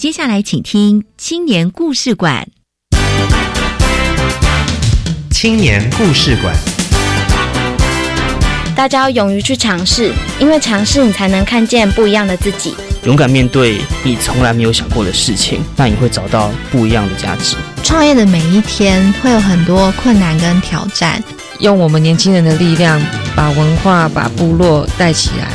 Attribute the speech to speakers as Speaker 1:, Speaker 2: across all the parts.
Speaker 1: 接下来请听青年故事馆。
Speaker 2: 青年故事馆，
Speaker 3: 大家要勇于去尝试，因为尝试你才能看见不一样的自己。
Speaker 4: 勇敢面对你从来没有想过的事情，那你会找到不一样的价值。
Speaker 5: 创业的每一天会有很多困难跟挑战，
Speaker 6: 用我们年轻人的力量，把文化、把部落带起来。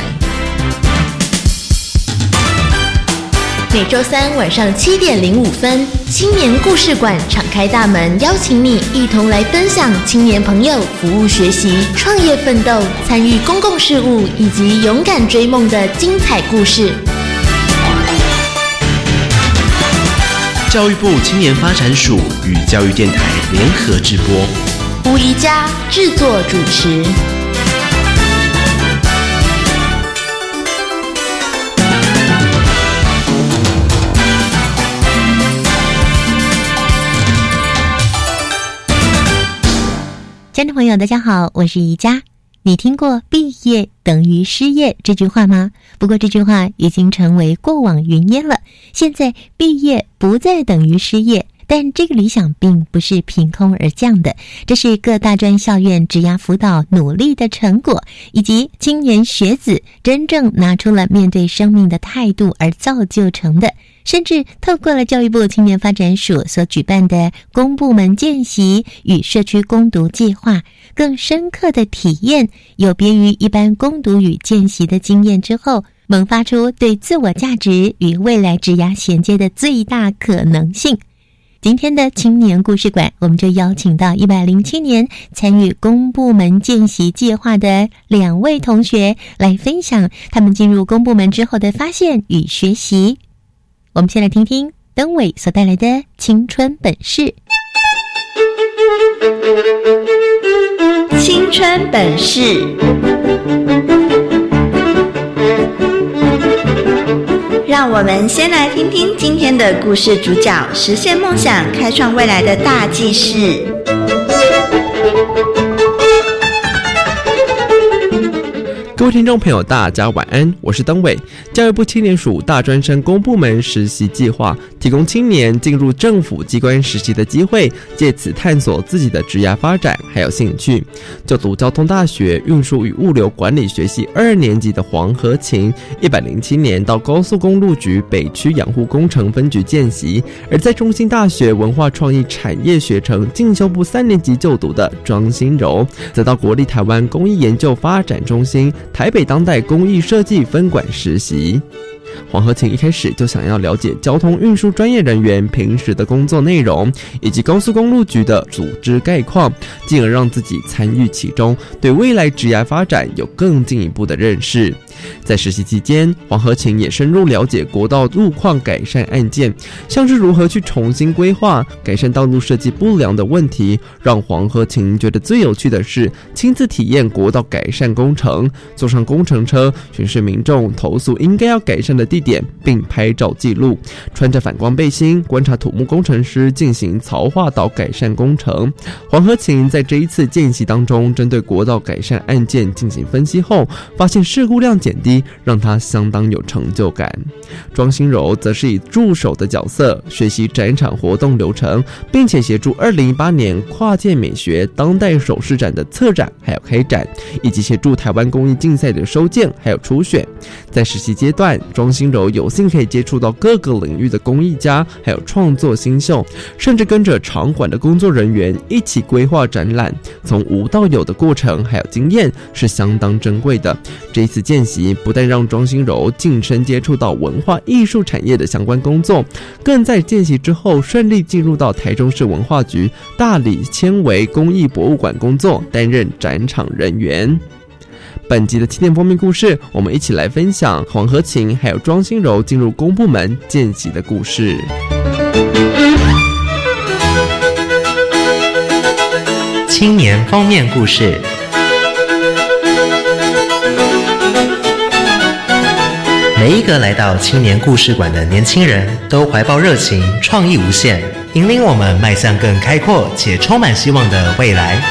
Speaker 7: 每周三晚上7点05分，青年故事馆敞开大门，邀请你一同来分享青年朋友服务学习、创业奋斗、参与公共事务以及勇敢追梦的精彩故事。
Speaker 2: 教育部青年发展署与教育电台联合制播，
Speaker 7: 吴宜佳制作主持。
Speaker 1: 亲爱的朋友大家好，我是宜佳。你听过毕业等于失业这句话吗？不过这句话已经成为过往云烟了，现在毕业不再等于失业，但这个理想并不是凭空而降的，这是各大专校院职涯辅导努力的成果，以及青年学子真正拿出了面对生命的态度而造就成的。甚至透过了教育部青年发展署所举办的公部门见习与社区攻读计划，更深刻的体验有别于一般攻读与见习的经验之后，萌发出对自我价值与未来职涯衔接的最大可能性。今天的青年故事馆，我们就邀请到107年参与公部门见习计划的2位同学来分享他们进入公部门之后的发现与学习。我们先来听听登伟所带来的青春本事。
Speaker 7: 青春本事。让我们先来听听今天的故事主角实现梦想、开创未来的大纪事。
Speaker 8: 各位听众朋友大家晚安，我是登伟。教育部青年署大专生公部门实习计划提供青年进入政府机关实习的机会，借此探索自己的职业发展还有兴趣。就读交通大学运输与物流管理学系2年级的黄和琴，107年到高速公路局北区养护工程分局见习，而在中兴大学文化创意产业学程进修部3年级就读的庄心柔，则到国立台湾工艺研究发展中心台北当代工艺设计分馆实习。黄和琴一开始就想要了解交通运输专业人员平时的工作内容，以及高速公路局的组织概况，进而让自己参与其中，对未来职业发展有更进一步的认识。在实习期间，黄和琴也深入了解国道路况改善案件，像是如何去重新规划、改善道路设计不良的问题。让黄和琴觉得最有趣的是亲自体验国道改善工程，坐上工程车，巡视民众投诉应该要改善的地点，并拍照记录，穿着反光背心观察土木工程师进行槽化岛改善工程。黄和琴在这一次见习当中，针对国道改善案件进行分析后，发现事故量减低，让他相当有成就感。庄心柔则是以助手的角色学习展场活动流程，并且协助2018年跨界美学当代首饰展的策展还有开展，以及协助台湾工艺竞赛的收件还有初选。在实习阶段，庄心柔有幸可以接触到各个领域的工艺家还有创作新秀，甚至跟着场馆的工作人员一起规划展览，从无到有的过程还有经验是相当珍贵的。这一次见习不但让庄心柔晋升接触到文化艺术产业的相关工作，更在见习之后顺利进入到台中市文化局大理纤维工艺博物馆工作，担任展场人员。本集的青年封面故事，我们一起来分享黄和琴还有庄心柔进入公部门见习的故事。
Speaker 2: 青年封面故事。每一个来到青年故事馆的年轻人都怀抱热情，创意无限，引领我们迈向更开阔且充满希望的未来。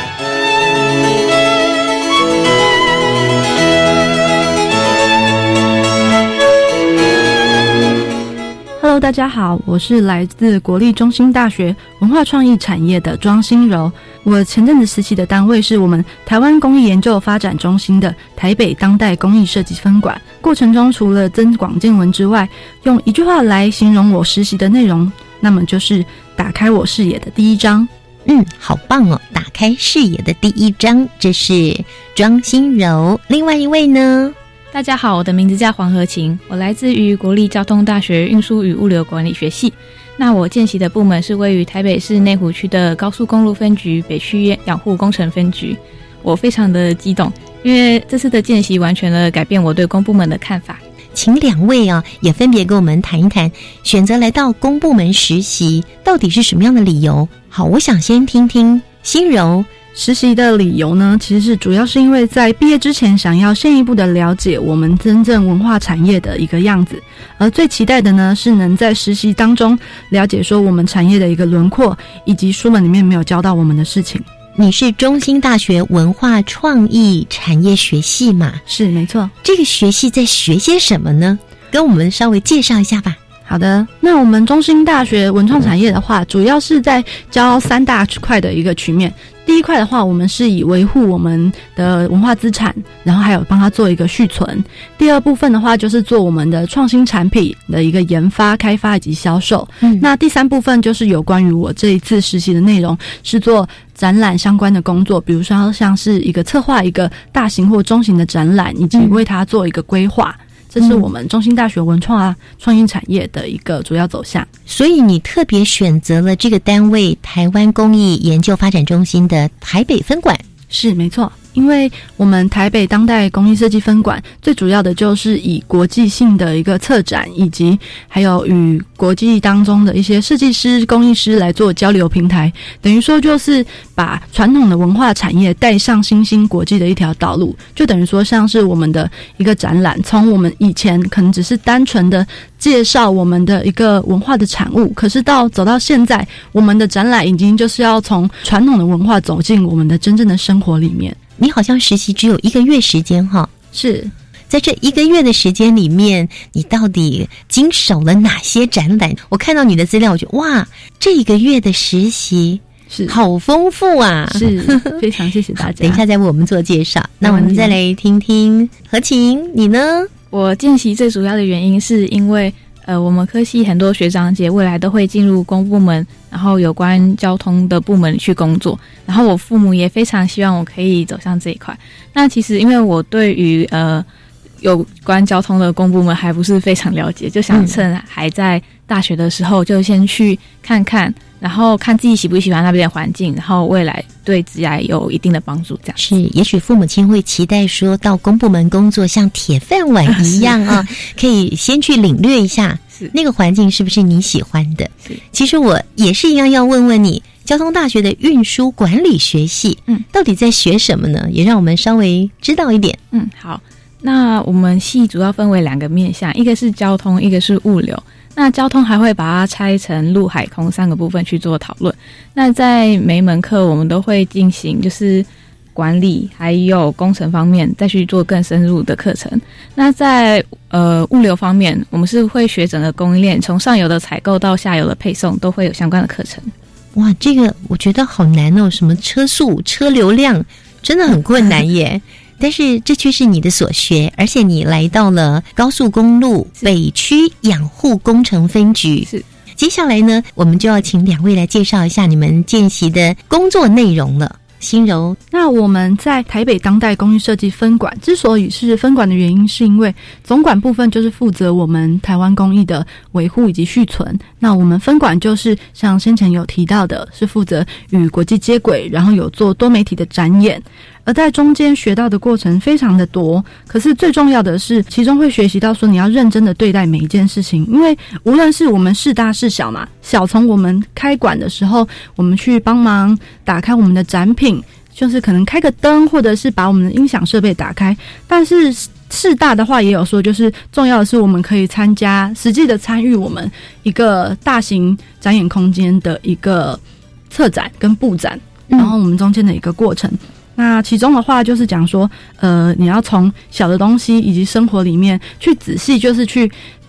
Speaker 9: 大家好，我是来自国立中兴大学文化创意产业的庄心柔。我前阵子实习的单位是我们台湾工艺研究发展中心的台北当代工艺设计分馆。过程中除了增广见闻之外，用一句话来形容我实习的内容，那么就是打开我视野的第一章。
Speaker 1: 好棒哦！打开视野的第一章，这是庄心柔。另外一位呢？
Speaker 10: 大家好，我的名字叫黄和晴，我来自于国立交通大学运输与物流管理学系。那我见习的部门是位于台北市内湖区的高速公路分局北区养护工程分局。我非常的激动，因为这次的见习完全的改变我对公部门的看法。
Speaker 1: 请两位也分别跟我们谈一谈，选择来到公部门实习到底是什么样的理由？好，我想先听听心柔。
Speaker 9: 实习的理由呢，其实是主要是因为在毕业之前想要进一步的了解我们真正文化产业的一个样子，而最期待的呢是能在实习当中了解说我们产业的一个轮廓，以及书本里面没有教到我们的事情。
Speaker 1: 你是中兴大学文化创意产业学系嘛？
Speaker 9: 是，没错。
Speaker 1: 这个学系在学些什么呢？跟我们稍微介绍一下吧。
Speaker 9: 好的，那我们中兴大学文创产业的话，主要是在教3大块的一个曲面。第一块的话，我们是以维护我们的文化资产，然后还有帮它做一个续存。第二部分的话，就是做我们的创新产品的一个研发、开发以及销售。那第三部分就是有关于我这一次实习的内容，是做展览相关的工作，比如说像是一个策划一个大型或中型的展览，以及为它做一个规划。这是我们中兴大学文创意产业的一个主要走向。
Speaker 1: 所以你特别选择了这个单位台湾工艺研究发展中心的台北分馆。
Speaker 9: 是，没错。因为我们台北当代工艺设计分馆最主要的就是以国际性的一个策展，以及还有与国际当中的一些设计师、工艺师来做交流平台，等于说就是把传统的文化产业带上新兴国际的一条道路，就等于说像是我们的一个展览，从我们以前可能只是单纯的介绍我们的一个文化的产物，可是走到现在，我们的展览已经就是要从传统的文化走进我们的真正的生活里面。
Speaker 1: 你好像实习只有1个月时间哈？
Speaker 9: 是。
Speaker 1: 在这1个月的时间里面，你到底经手了哪些展览？我看到你的资料，我觉得哇，这1个月的实习
Speaker 9: 是
Speaker 1: 好丰富啊！
Speaker 9: 是，非常谢谢大家。
Speaker 1: 等一下再为我们做介绍。那我们再来听听何晴，你呢？
Speaker 10: 我见习最主要的原因是因为我们科系很多学长姐未来都会进入公部门，然后有关交通的部门去工作，然后我父母也非常希望我可以走向这一块。那其实因为我对于有关交通的公部门还不是非常了解，就想趁还在大学的时候就先去看看，然后看自己喜不喜欢那边的环境，然后未来对职业有一定的帮助。这样
Speaker 1: 是，也许父母亲会期待说到公部门工作像铁饭碗一样啊，可以先去领略一下那个环境是不是你喜欢的。其实我也是一样要问问你，交通大学的运输管理学系到底在学什么呢？也让我们稍微知道一点。
Speaker 10: 好，那我们系主要分为2个面向，一个是交通，一个是物流。那交通还会把它拆成陆海空3个部分去做讨论。那在每一门课我们都会进行就是管理还有工程方面再去做更深入的课程。那在物流方面，我们是会学整个供应链，从上游的采购到下游的配送都会有相关的课程。
Speaker 1: 哇，这个我觉得好难哦，什么车速、车流量真的很困难耶。但是这却是你的所学，而且你来到了高速公路北区养护工程分局。
Speaker 10: 是。
Speaker 1: 接下来呢，我们就要请2位来介绍一下你们见习的工作内容了。心柔，
Speaker 9: 那我们在台北当代工艺设计分馆之所以是分馆的原因，是因为总馆部分就是负责我们台湾工艺的维护以及续存，那我们分馆就是像先前有提到的，是负责与国际接轨，然后有做多媒体的展演。而在中间学到的过程非常的多，可是最重要的是其中会学习到说你要认真的对待每一件事情，因为无论是我们是大是小嘛，小从我们开馆的时候，我们去帮忙打开我们的展品，就是可能开个灯，或者是把我们的音响设备打开，但是事大的话也有说，就是重要的是我们可以实际的参与我们一个大型展演空间的一个策展跟布展，然后我们中间的一个过程。那其中的话就是讲说你要从小的东西以及生活里面去仔细就是去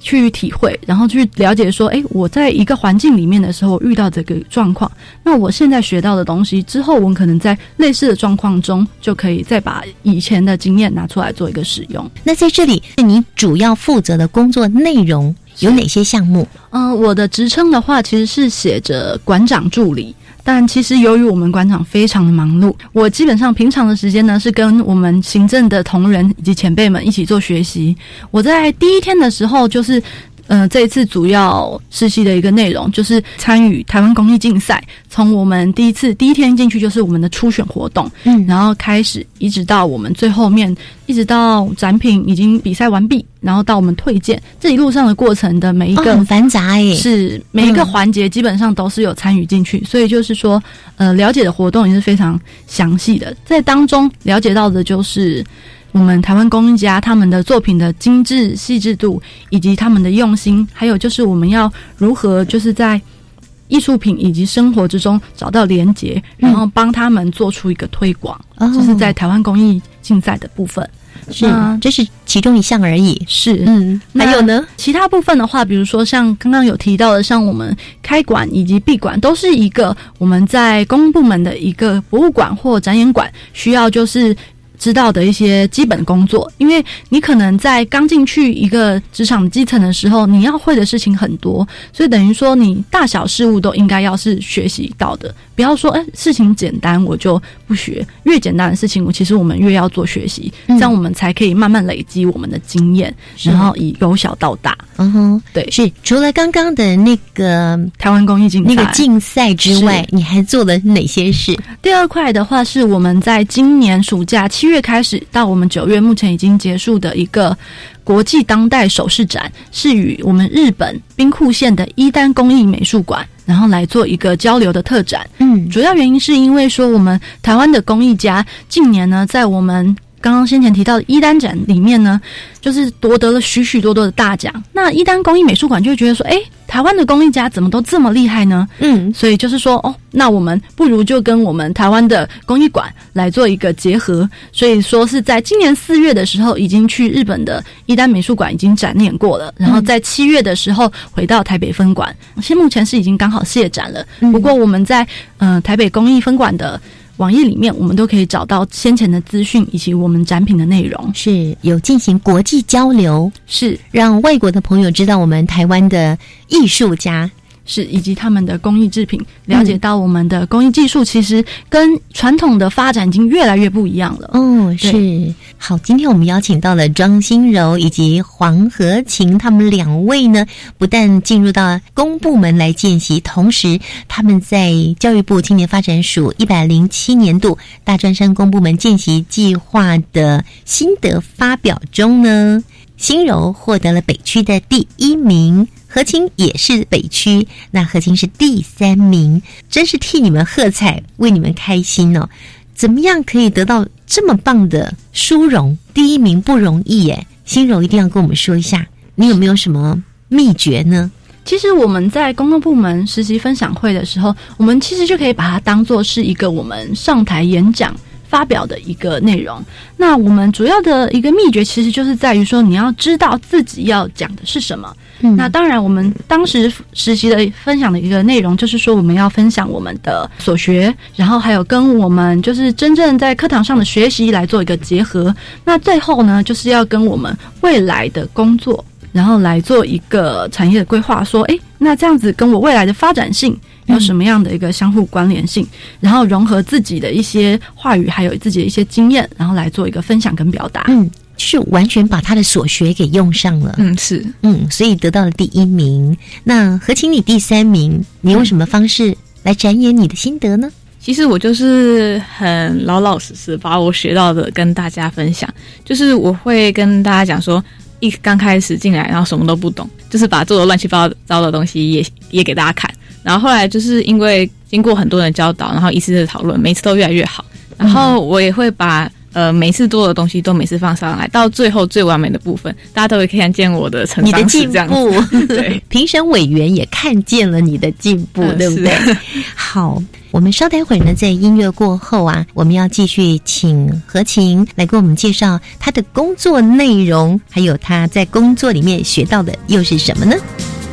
Speaker 9: 去体会，然后去了解说，我在一个环境里面的时候遇到这个状况，那我现在学到的东西之后，我可能在类似的状况中就可以再把以前的经验拿出来做一个使用。
Speaker 1: 那在这里，你主要负责的工作内容有哪些项目？
Speaker 9: 我的职称的话，其实是写着馆长助理。但其实由于我们馆长非常的忙碌，我基本上平常的时间呢是跟我们行政的同仁以及前辈们一起做学习。我在第一天的时候就是这一次主要实习的一个内容就是参与台湾公益竞赛，从我们第一天进去就是我们的初选活动，然后开始一直到我们最后面，一直到展品已经比赛完毕，然后到我们退件，这一路上的过程的每一个
Speaker 1: 很繁杂耶，
Speaker 9: 是每一个环节基本上都是有参与进去，所以就是说了解的活动也是非常详细的，在当中了解到的就是我们台湾工艺家他们的作品的精致细致度，以及他们的用心，还有就是我们要如何就是在艺术品以及生活之中找到连结，然后帮他们做出一个推广，就是在台湾工艺竞赛的部分。
Speaker 1: 是，这是其中一项而已。
Speaker 9: 是，
Speaker 1: 还有呢？
Speaker 9: 其他部分的话，比如说像刚刚有提到的，像我们开馆以及闭馆，都是一个我们在公共部门的一个博物馆或展演馆需要就是知道的一些基本工作，因为你可能在刚进去一个职场基层的时候，你要会的事情很多，所以等于说你大小事务都应该要是学习到的，不要说事情简单我就不学，越简单的事情其实我们越要做学习，这样我们才可以慢慢累积我们的经验，然后由小到大。对，
Speaker 1: 是除了刚刚的那个
Speaker 9: 台湾工艺竞赛
Speaker 1: 那个竞赛之外，你还做了哪些事？
Speaker 9: 第二块的话是我们在今年暑假7月开始到我们9月目前已经结束的一个国际当代首饰展，是与我们日本兵库县的伊丹工艺美术馆然后来做一个交流的特展。主要原因是因为说我们台湾的工艺家近年呢，在我们刚刚先前提到的伊丹展里面呢，就是夺得了许许多多的大奖。那伊丹工艺美术馆就会觉得说，台湾的工艺家怎么都这么厉害呢？所以就是说，那我们不如就跟我们台湾的工艺馆来做一个结合。所以说是在今年4月的时候，已经去日本的伊丹美术馆已经展演过了，然后在7月的时候回到台北分馆，目前是已经刚好谢展了。不过我们在台北工艺分馆的网页里面，我们都可以找到先前的资讯以及我们展品的内容，
Speaker 1: 是有进行国际交流，
Speaker 9: 是
Speaker 1: 让外国的朋友知道我们台湾的艺术家，
Speaker 9: 是以及他们的工艺制品，了解到我们的工艺技术其实跟传统的发展已经越来越不一样了。
Speaker 1: 是好，今天我们邀请到了庄心柔以及黄和晴他们2位呢，不但进入到公部门来见习，同时他们在教育部青年发展署107年度大专生公部门见习计划的心得发表中呢，心柔获得了北区的第1名，和晴也是北区，那和晴是第3名，真是替你们喝彩，为你们开心哦。怎么样可以得到这么棒的殊荣？第1名不容易耶，心柔一定要跟我们说一下，你有没有什么秘诀呢？
Speaker 9: 其实我们在公共部门实习分享会的时候，我们其实就可以把它当作是一个我们上台演讲发表的一个内容。那我们主要的一个秘诀其实就是在于说，你要知道自己要讲的是什么。那当然我们当时实习的分享的一个内容就是说，我们要分享我们的所学，然后还有跟我们就是真正在课堂上的学习来做一个结合。那最后呢，就是要跟我们未来的工作然后来做一个产业的规划，说那这样子跟我未来的发展性有什么样的一个相互关联性，然后融合自己的一些话语还有自己的一些经验，然后来做一个分享跟表达。
Speaker 1: 就是完全把他的所学给用上了。
Speaker 6: 是
Speaker 1: 所以得到了第1名。那和晴你第3名，你用什么方式来展演你的心得呢？
Speaker 10: 其实我就是很老老实实把我学到的跟大家分享，就是我会跟大家讲说，一刚开始进来然后什么都不懂，就是把做的乱七八糟的东西也给大家看，然后后来就是因为经过很多人的教导，然后一次的讨论，每次都越来越好，然后我也会把每次做的东西都每次放上来，到最后最完美的部分，大家都会看见我的成长史这样子。
Speaker 1: 你的进步，
Speaker 10: 对，
Speaker 1: 评审委员也看见了你的进步，对不对？好，我们稍待会儿呢，在音乐过后啊，我们要继续请何晴来给我们介绍她的工作内容，还有她在工作里面学到的又是什么呢？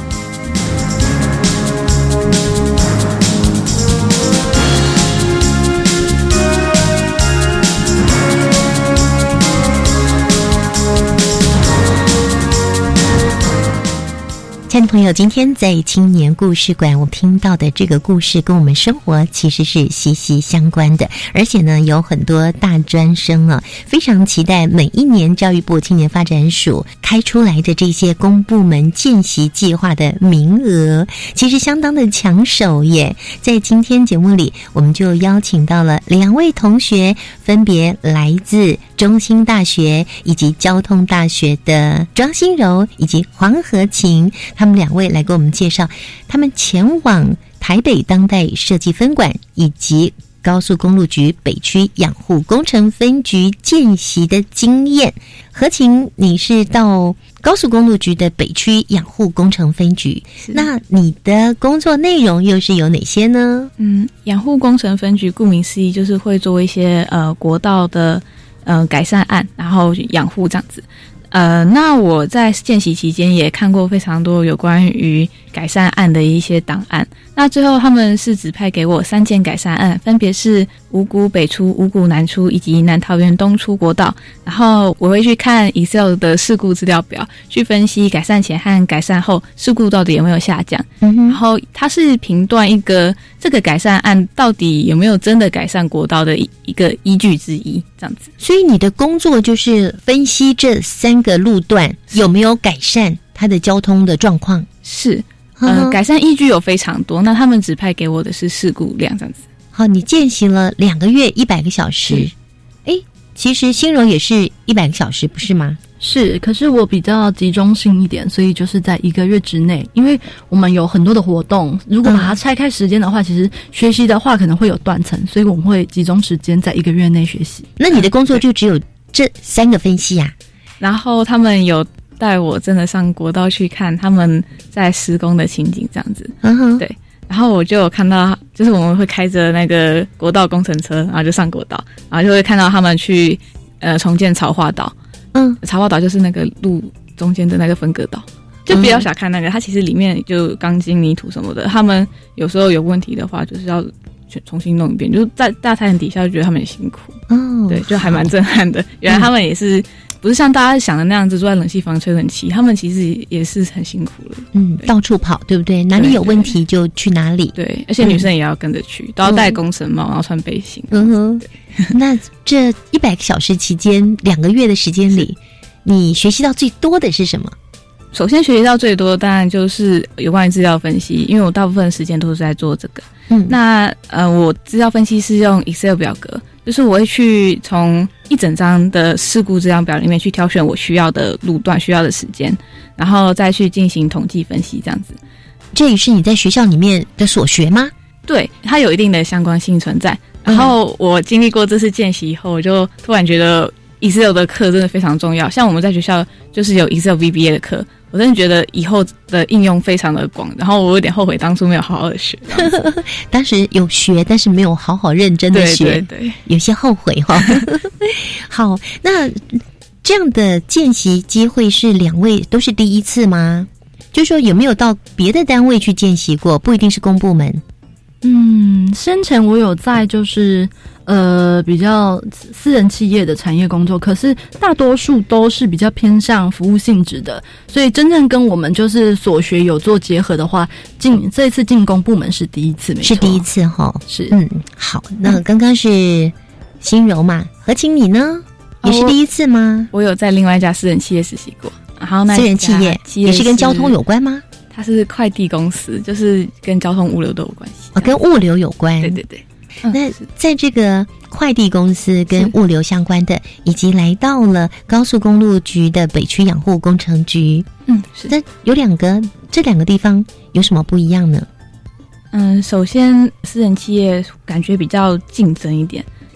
Speaker 1: 亲爱的朋友，今天在青年故事馆，我们听到的这个故事跟我们生活其实是息息相关的，而且呢，有很多大专生啊，非常期待每一年教育部青年发展署开出来的这些公部门见习计划的名额，其实相当的抢手耶。在今天节目里，我们就邀请到了2位同学，分别来自中兴大学以及交通大学的庄心柔以及黄和晴，他们2位来给我们介绍他们前往台北当代设计分馆以及高速公路局北区养护工程分局见习的经验。何晴，你是到高速公路局的北区养护工程分局，那你的工作内容又是有哪些呢？
Speaker 10: 养护工程分局顾名思义就是会做一些国道的改善案，然后养护这样子。那我在见习期间也看过非常多有关于改善案的一些档案。那最后他们是指派给我3件改善案，分别是五股北出、五股南出以及南桃园东出国道。然后我会去看 Excel 的事故资料表，去分析改善前和改善后事故到底有没有下降。然后它是评断一个这个改善案到底有没有真的改善国道的一个依据之一，这样子。
Speaker 1: 所以你的工作就是分析这3个路段有没有改善它的交通的状况。
Speaker 10: 是，改善依据有非常多，那他们指派给我的是事故量这样子。
Speaker 1: 好，你见习了2个月100个小时，其实心柔也是100个小时，不是吗？
Speaker 9: 是，可是我比较集中性一点，所以就是在1个月之内，因为我们有很多的活动，如果把它拆开时间的话，其实学习的话可能会有断层，所以我们会集中时间在1个月内学习。
Speaker 1: 那你的工作就只有这3个分析啊？
Speaker 10: 然后他们有带我真的上国道去看他们在施工的情景这样子。对。然后我就有看到，就是我们会开着那个国道工程车，然后就上国道，然后就会看到他们去重建草化岛。草化岛就是那个路中间的那个分隔岛，就不要小看那个，它其实里面就钢筋泥土什么的，他们有时候有问题的话，就是要重新弄一遍，就是在大太阳底下就觉得他们很辛苦。对，就还蛮震撼的。原来他们也是不是像大家想的那样子坐在冷气房吹冷气，他们其实也是很辛苦了。
Speaker 1: 到处跑，对不对？哪里有问题就去哪里。
Speaker 10: 对，而且女生也要跟着去，都要戴工程帽，然后穿背心。
Speaker 1: 那这100个小时期间，2个月的时间里，你学习到最多的是什么？
Speaker 10: 首先学习到最多当然就是有关于资料分析，因为我大部分时间都是在做这个。那我资料分析是用 Excel 表格，就是我会去从一整张的事故资料表里面去挑选我需要的路段、需要的时间，然后再去进行统计分析这样子。
Speaker 1: 这也是你在学校里面的所学吗？
Speaker 10: 对，它有一定的相关性存在。然后我经历过这次见习以后，我就突然觉得 Excel 的课真的非常重要。像我们在学校就是有 Excel VBA 的课，我真的觉得以后的应用非常的广，然后我有点后悔当初没有好好的学。
Speaker 1: 当时有学，但是没有好好认真的学，
Speaker 10: 对，
Speaker 1: 有些后悔哈。好，那这样的见习机会是2位都是第一次吗？就是说有没有到别的单位去见习过？不一定是公部门。
Speaker 9: 先前我有在就是比较私人企业的产业工作，可是大多数都是比较偏向服务性质的，所以真正跟我们就是所学有做结合的话，这一次进公部门是第一次，没错，
Speaker 1: 是第一次哈。
Speaker 9: 是，
Speaker 1: 好，那刚刚是心柔嘛，何晴你呢？也是第一次吗？
Speaker 10: 我有在另外一家私人企业实习过，然后那
Speaker 1: 私人企业也是跟交通有关吗？
Speaker 10: 它是快递公司，就是跟交通物流都有关系。
Speaker 1: 跟物流有关。
Speaker 10: 对。
Speaker 1: 那在这个快递公司跟物流相关的，以及来到了高速公路局的北区养护工程局，
Speaker 10: 是。
Speaker 1: 那有这2个地方有什么不一样呢？
Speaker 10: 首先私人企业感觉比较竞争一点，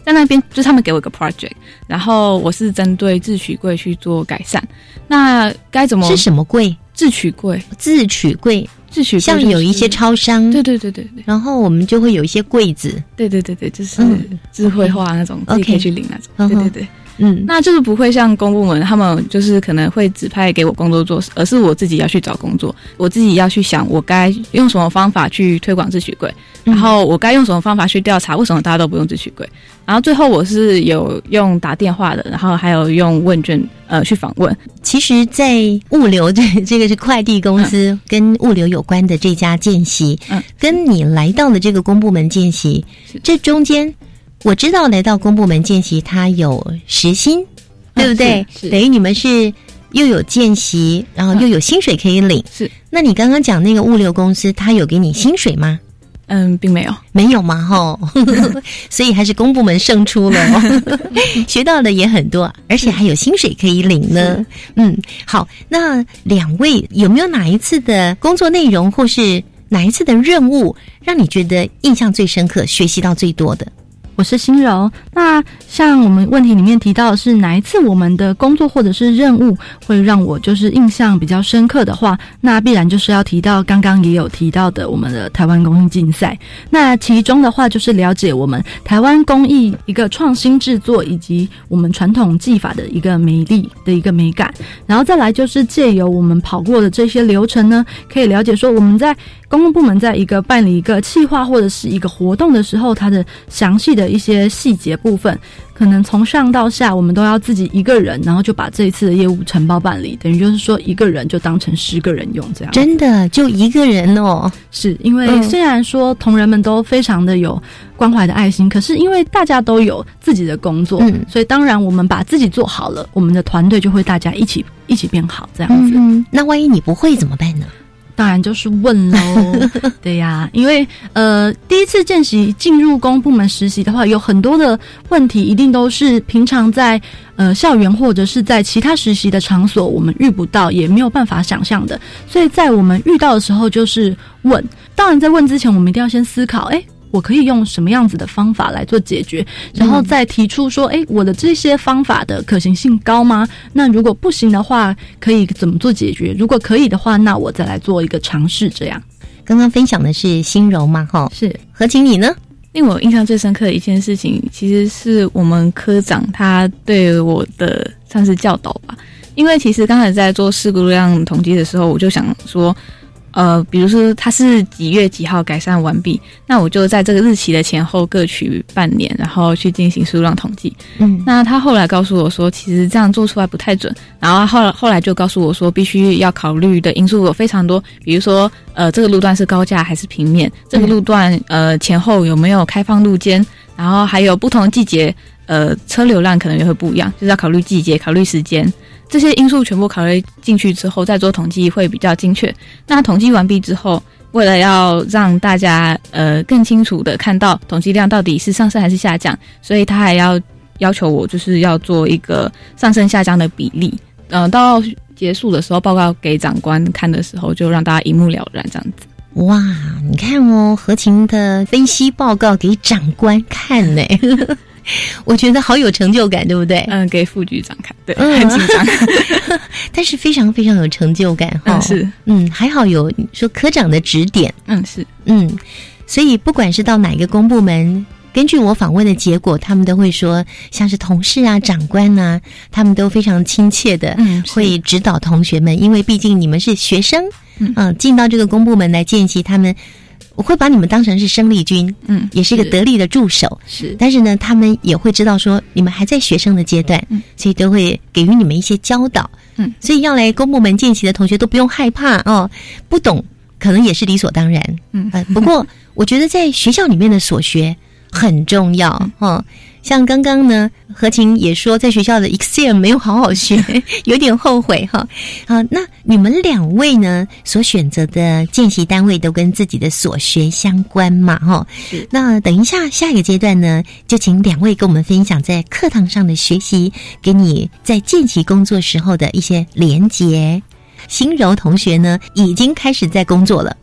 Speaker 10: 在那边就是他们给我一个 project， 然后我是针对自取柜去做改善。那该怎么
Speaker 1: 是什么柜？
Speaker 10: 自取柜，
Speaker 1: 自取柜。
Speaker 10: 自取柜
Speaker 1: 像有一些超商，
Speaker 10: 对，
Speaker 1: 然后我们就会有一些柜子，
Speaker 10: 对，就是智慧化那种，自己可以去领那种，对。那就是不会像公部门，他们就是可能会指派给我工作做，而是我自己要去找工作，我自己要去想我该用什么方法去推广自取柜，然后我该用什么方法去调查为什么大家都不用自取柜，然后最后我是有用打电话的，然后还有用问卷去访问。
Speaker 1: 其实在物流这个是快递公司，跟物流有关的这家见习，跟你来到的这个公部门见习，这中间我知道来到公部门见习它有时薪，对不对？
Speaker 10: 是
Speaker 1: 等于你们是又有见习，然后又有薪水可以领。
Speaker 10: 是。
Speaker 1: 那你刚刚讲那个物流公司，它有给你薪水吗？
Speaker 10: 并没有，
Speaker 1: 没有嘛吼，所以还是公部门胜出了哦。学到的也很多，而且还有薪水可以领呢。好，那两位有没有哪一次的工作内容或是哪一次的任务让你觉得印象最深刻，学习到最多的？
Speaker 9: 我是心柔。那像我们问题里面提到的是哪一次我们的工作或者是任务会让我就是印象比较深刻的话，那必然就是要提到刚刚也有提到的我们的台湾工艺竞赛。那其中的话就是了解我们台湾工艺一个创新制作以及我们传统技法的一个美丽的一个美感，然后再来就是借由我们跑过的这些流程呢，可以了解说我们在公共部门在一个办理一个企划或者是一个活动的时候，它的详细的一些细节部分，可能从上到下我们都要自己一个人，然后就把这一次的业务承包办理，等于就是说一个人就当成10个人用这样。
Speaker 1: 真的就一个人哦？
Speaker 9: 是因为虽然说同仁们都非常的有关怀的爱心，可是因为大家都有自己的工作，所以当然我们把自己做好了，我们的团队就会大家一起变好这样子。
Speaker 1: 那万一你不会怎么办呢？
Speaker 9: 当然就是问咯。对呀，因为第一次见习进入公部门实习的话，有很多的问题一定都是平常在校园或者是在其他实习的场所我们遇不到，也没有办法想象的，所以在我们遇到的时候就是问。当然在问之前我们一定要先思考我可以用什么样子的方法来做解决，然后再提出说我的这些方法的可行性高吗？那如果不行的话可以怎么做解决？如果可以的话，那我再来做一个尝试这样。
Speaker 1: 刚刚分享的是心柔嘛
Speaker 9: 是。
Speaker 1: 何晴你呢？
Speaker 10: 令我印象最深刻的一件事情其实是我们科长他对我的算是教导吧。因为其实刚才在做事故量统计的时候，我就想说比如说他是几月几号改善完毕，那我就在这个日期的前后各取半年，然后去进行数量统计。那他后来告诉我说其实这样做出来不太准，然后后来就告诉我说必须要考虑的因素有非常多，比如说这个路段是高架还是平面，这个路段前后有没有开放路肩，然后还有不同季节车流量可能也会不一样，就是要考虑季节考虑时间，这些因素全部考虑进去之后再做统计会比较精确。那统计完毕之后，为了要让大家更清楚的看到统计量到底是上升还是下降，所以他还要求我就是要做一个上升下降的比例。到结束的时候报告给长官看的时候，就让大家一目了然这样子。
Speaker 1: 哇，你看何晴的分析报告给长官看呢。我觉得好有成就感，对不对？
Speaker 10: 给副局长看，对，很紧张，
Speaker 1: 但是非常非常有成就感哈。
Speaker 10: 是，
Speaker 1: 还好有说科长的指点，
Speaker 10: 是，
Speaker 1: 所以不管是到哪个公部门，根据我访问的结果，他们都会说，像是同事啊、长官啊，他们都非常亲切的，会指导同学们，因为毕竟你们是学生，进到这个公部门来见习，他们。我会把你们当成是生力军，也是一个得力的助手，
Speaker 10: 是。
Speaker 1: 但是呢，他们也会知道说你们还在学生的阶段，所以都会给予你们一些教导，所以要来公部门见习的同学都不用害怕哦，不懂可能也是理所当然，不过我觉得在学校里面的所学很重要哦。像刚刚呢，何晴也说在学校的 Excel 没有好好学，有点后悔哈。那你们两位呢所选择的见习单位都跟自己的所学相关嘛哈。那等一下下一个阶段呢，就请两位跟我们分享在课堂上的学习，给你在见习工作时候的一些连结。心柔同学呢已经开始在工作了，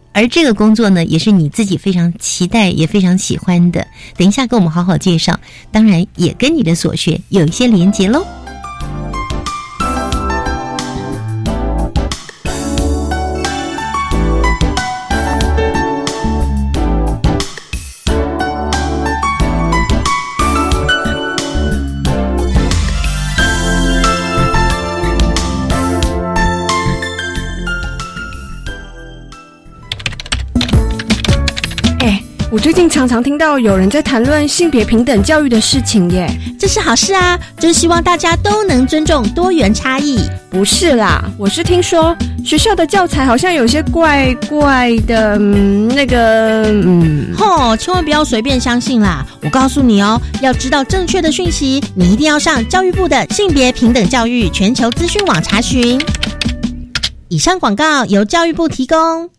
Speaker 1: 而这个工作呢，也是你自己非常期待也非常喜欢的。等一下跟我们好好介绍，当然也跟你的所学有一些连结咯。
Speaker 11: 我最近常常听到有人在谈论性别平等教育的事情耶，
Speaker 12: 这是好事啊，真希望大家都能尊重多元差异。
Speaker 11: 不是啦，我是听说学校的教材好像有些怪怪的，
Speaker 12: 千万不要随便相信啦！我告诉你哦，要知道正确的讯息，你一定要上教育部的性别平等教育全球资讯网查询。以上广告由教育部提供。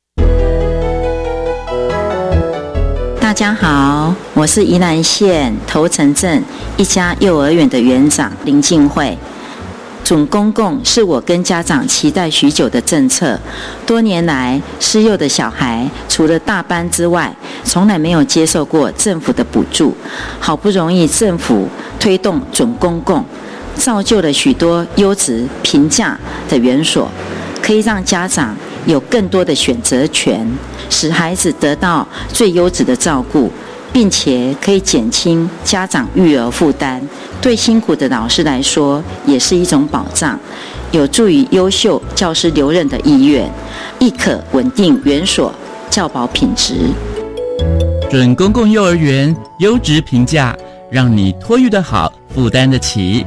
Speaker 13: 大家好，我是宜兰县头城镇一家幼儿园的园长林静慧。准公共是我跟家长期待许久的政策，多年来失幼的小孩除了大班之外，从来没有接受过政府的补助。好不容易政府推动准公共，造就了许多优质平价的园所，可以让家长有更多的选择权，使孩子得到最优质的照顾，并且可以减轻家长育儿负担，对辛苦的老师来说也是一种保障，有助于优秀教师留任的意愿，亦可稳定园所教保品质。
Speaker 14: 准公共幼儿园优质评价，让你托育得好，负担得起。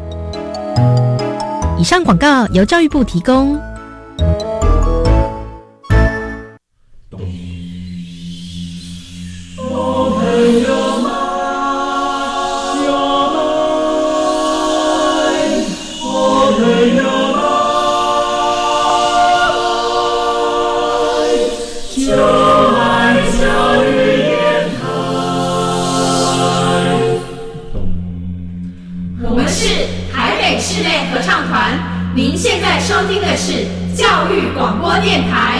Speaker 12: 以上广告由教育部提供。
Speaker 15: 我们是台北室内合唱团，您现在收听的是教育广播电台。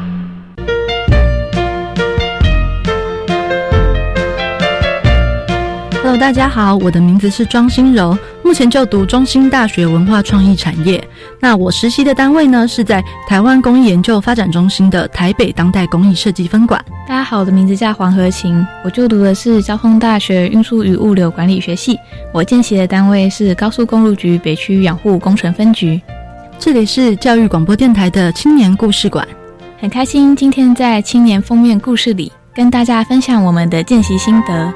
Speaker 9: Hello， 大家好，我的名字是庄心柔，目前就读中兴大学文化创意产业。那我实习的单位呢是在台湾工艺研究发展中心的台北当代工艺设计分馆。
Speaker 10: 大家好，我的名字叫黄和晴，我就读的是交通大学运输与物流管理学系，我见习的单位是高速公路局北区养护工程分局。
Speaker 9: 这里是教育广播电台的青年故事馆，
Speaker 10: 很开心今天在青年封面故事里跟大家分享我们的见习心得。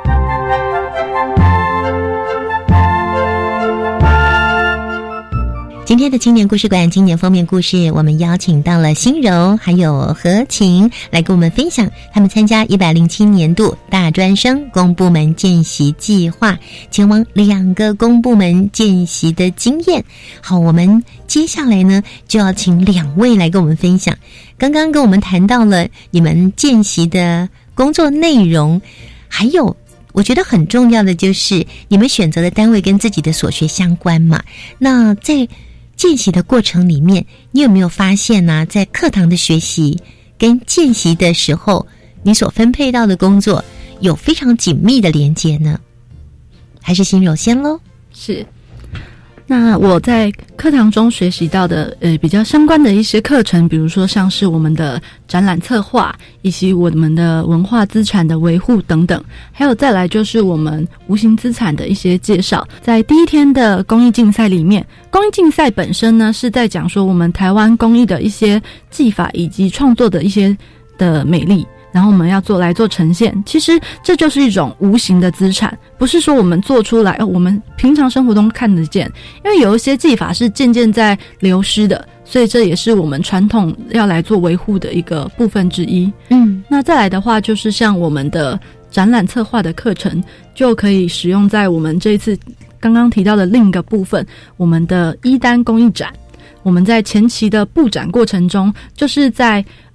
Speaker 1: 今天的青年故事馆青年封面故事，我们邀请到了心柔还有何晴来跟我们分享他们参加107年度大专生公部门见习计划，前往2个公部门见习的经验。好，我们接下来呢就要请2位来跟我们分享。刚刚跟我们谈到了你们见习的工作内容，还有我觉得很重要的就是你们选择的单位跟自己的所学相关嘛。那在见习的过程里面，你有没有发现呢，在课堂的学习跟见习的时候，你所分配到的工作有非常紧密的连接呢？还是心柔先咯？
Speaker 9: 是。那我在课堂中学习到的比较相关的一些课程，比如说像是我们的展览策划，以及我们的文化资产的维护等等，还有再来就是我们无形资产的一些介绍。在第一天的工艺竞赛里面，工艺竞赛本身呢是在讲说我们台湾工艺的一些技法以及创作的一些的美丽，然后我们要来做呈现。其实这就是一种无形的资产，不是说我们做出来我们平常生活中看得见，因为有一些技法是渐渐在流失的，所以这也是我们传统要来做维护的一个部分之一。那再来的话就是像我们的展览策划的课程，就可以使用在我们这一次刚刚提到的另一个部分，我们的1单工艺展。我们在前期的布展过程中，就是在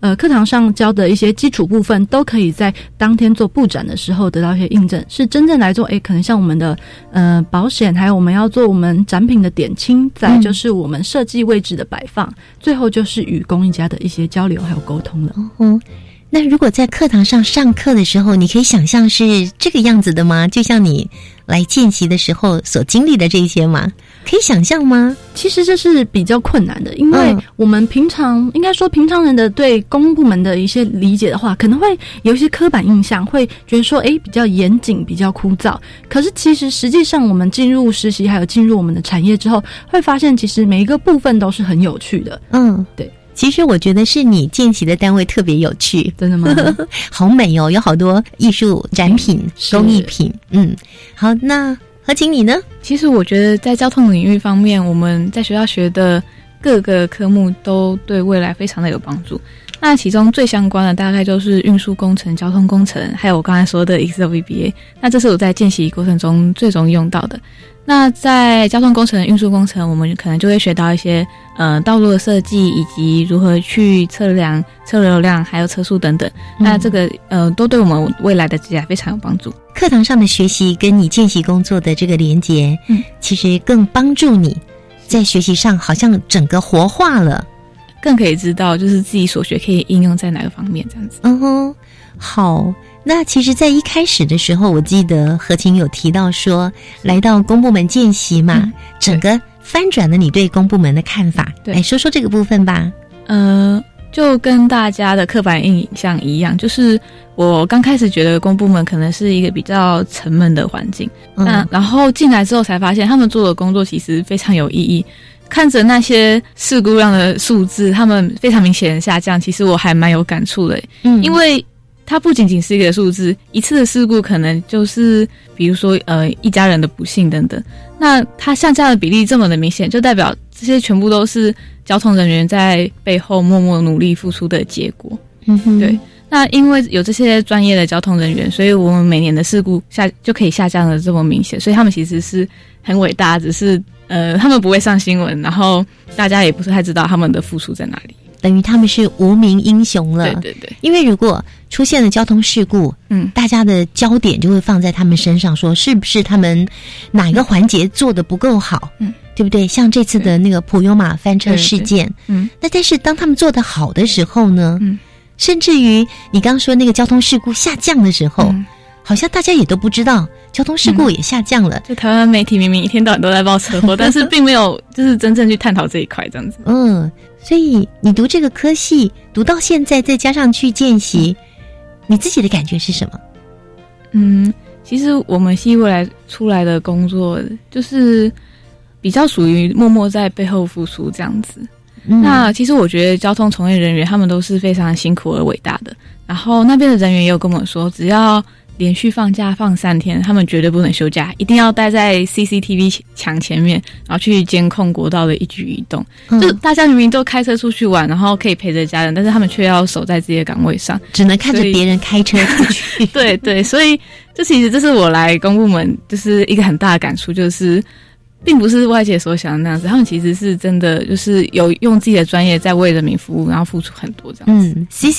Speaker 9: 课堂上教的一些基础部分，都可以在当天做布展的时候得到一些印证，是真正来做可能像我们的保险，还有我们要做我们展品的点清，再就是我们设计位置的摆放，最后就是与工艺家的一些交流还有沟通了。
Speaker 1: 那如果在课堂上上课的时候，你可以想象是这个样子的吗？就像你来见习的时候所经历的这些吗？可以想象吗？
Speaker 9: 其实这是比较困难的，因为我们平常应该说平常人的对公部门的一些理解的话，可能会有一些刻板印象，会觉得说比较严谨比较枯燥，可是其实实际上我们进入实习还有进入我们的产业之后，会发现其实每一个部分都是很有趣的。对，
Speaker 1: 其实我觉得是你见习的单位特别有趣。
Speaker 9: 真的吗？
Speaker 1: 好美哦，有好多艺术展品工艺品。好，那何晴你呢？
Speaker 10: 其实我觉得在交通领域方面，我们在学校学的各个科目都对未来非常的有帮助。那其中最相关的大概就是运输工程、交通工程，还有我刚才说的 Excel VBA。那这是我在见习过程中最容易用到的。那在交通工程、运输工程，我们可能就会学到一些道路的设计，以及如何去测量车流量，还有车速等等。那这个都对我们未来的职业非常有帮助。
Speaker 1: 课堂上的学习跟你见习工作的这个连结，其实更帮助你在学习上好像整个活化了，
Speaker 10: 更可以知道就是自己所学可以应用在哪个方面这样子。
Speaker 1: 好。那其实在一开始的时候，我记得何晴有提到说来到公部门见习嘛，整个翻转了你对公部门的看法。来说说这个部分吧。
Speaker 10: 就跟大家的刻板印象一样，就是我刚开始觉得公部门可能是一个比较沉闷的环境，然后进来之后才发现他们做的工作其实非常有意义。看着那些事故量的数字，他们非常明显的下降，其实我还蛮有感触的。因为它不仅仅是一个数字，一次的事故可能就是比如说一家人的不幸等等，那它下降的比例这么的明显，就代表这些全部都是交通人员在背后默默努力付出的结果。对，那因为有这些专业的交通人员，所以我们每年的事故就可以下降的这么明显，所以他们其实是很伟大，只是他们不会上新闻，然后大家也不是太知道他们的付出在哪里，
Speaker 1: 等于他们是无名英雄了。
Speaker 10: 对，
Speaker 1: 因为如果出现了交通事故，大家的焦点就会放在他们身上，说是不是他们哪一个环节做得不够好，对不对？像这次的那个普悠玛翻车事件，那但是当他们做得好的时候呢，甚至于你刚说那个交通事故下降的时候，好像大家也都不知道交通事故也下降了。
Speaker 10: 就台湾媒体明明一天到晚都在报车祸，但是并没有就是真正去探讨这一块这样子。
Speaker 1: 所以你读这个科系读到现在，再加上去见习，你自己的感觉是什么？
Speaker 10: 其实我们系未来出来的工作就是比较属于默默在背后付出这样子。那其实我觉得交通从业人员他们都是非常辛苦而伟大的，然后那边的人员也有跟我们说，只要连续放假放3天，他们绝对不能休假，一定要待在 CCTV 墙前面，然后去监控国道的一举一动。就大家明明都开车出去玩，然后可以陪着家人，但是他们却要守在自己的岗位上，
Speaker 1: 只能看着别人开车出去。
Speaker 10: 对，所以其实这是我来公部门就是一个很大的感触，就是并不是外界所想的那样子，他们其实是真的就是有用自己的专业在为人民服务，然后付出很多这样子。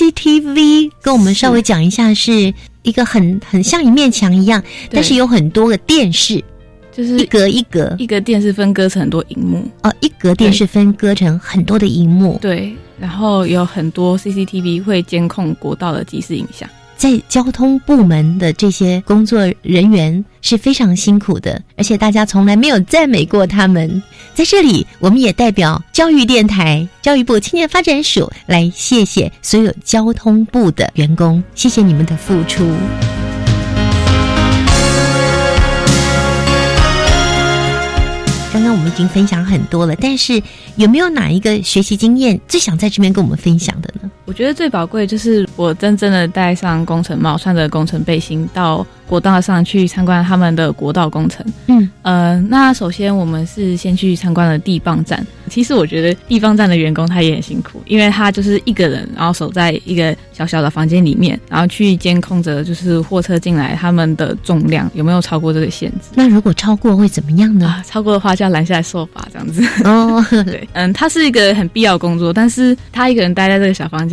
Speaker 1: CCTV 跟我们稍微讲一下，是一个很像一面墙一样，但是有很多个电视，就是一格
Speaker 10: 一个电视分割成很多荧幕。
Speaker 1: 一格电视分割成很多的荧幕。
Speaker 10: 对，然后有很多 CCTV 会监控国道的即时影像。
Speaker 1: 在交通部门的这些工作人员是非常辛苦的，而且大家从来没有赞美过他们。在这里，我们也代表教育电台、教育部青年发展署来谢谢所有交通部的员工，谢谢你们的付出。刚刚我们已经分享很多了，但是有没有哪一个学习经验最想在这边跟我们分享的呢？
Speaker 10: 我觉得最宝贵就是我真正的戴上工程帽，穿着工程背心到国道上去参观他们的国道工程。那首先我们是先去参观了地磅站。其实我觉得地磅站的员工他也很辛苦，因为他就是一个人，然后守在一个小小的房间里面，然后去监控着就是货车进来他们的重量有没有超过这个限制。
Speaker 1: 那如果超过会怎么样呢？
Speaker 10: 超过的话就要拦下来受罚这样子。对，他是一个很必要的工作，但是他一个人待在这个小房间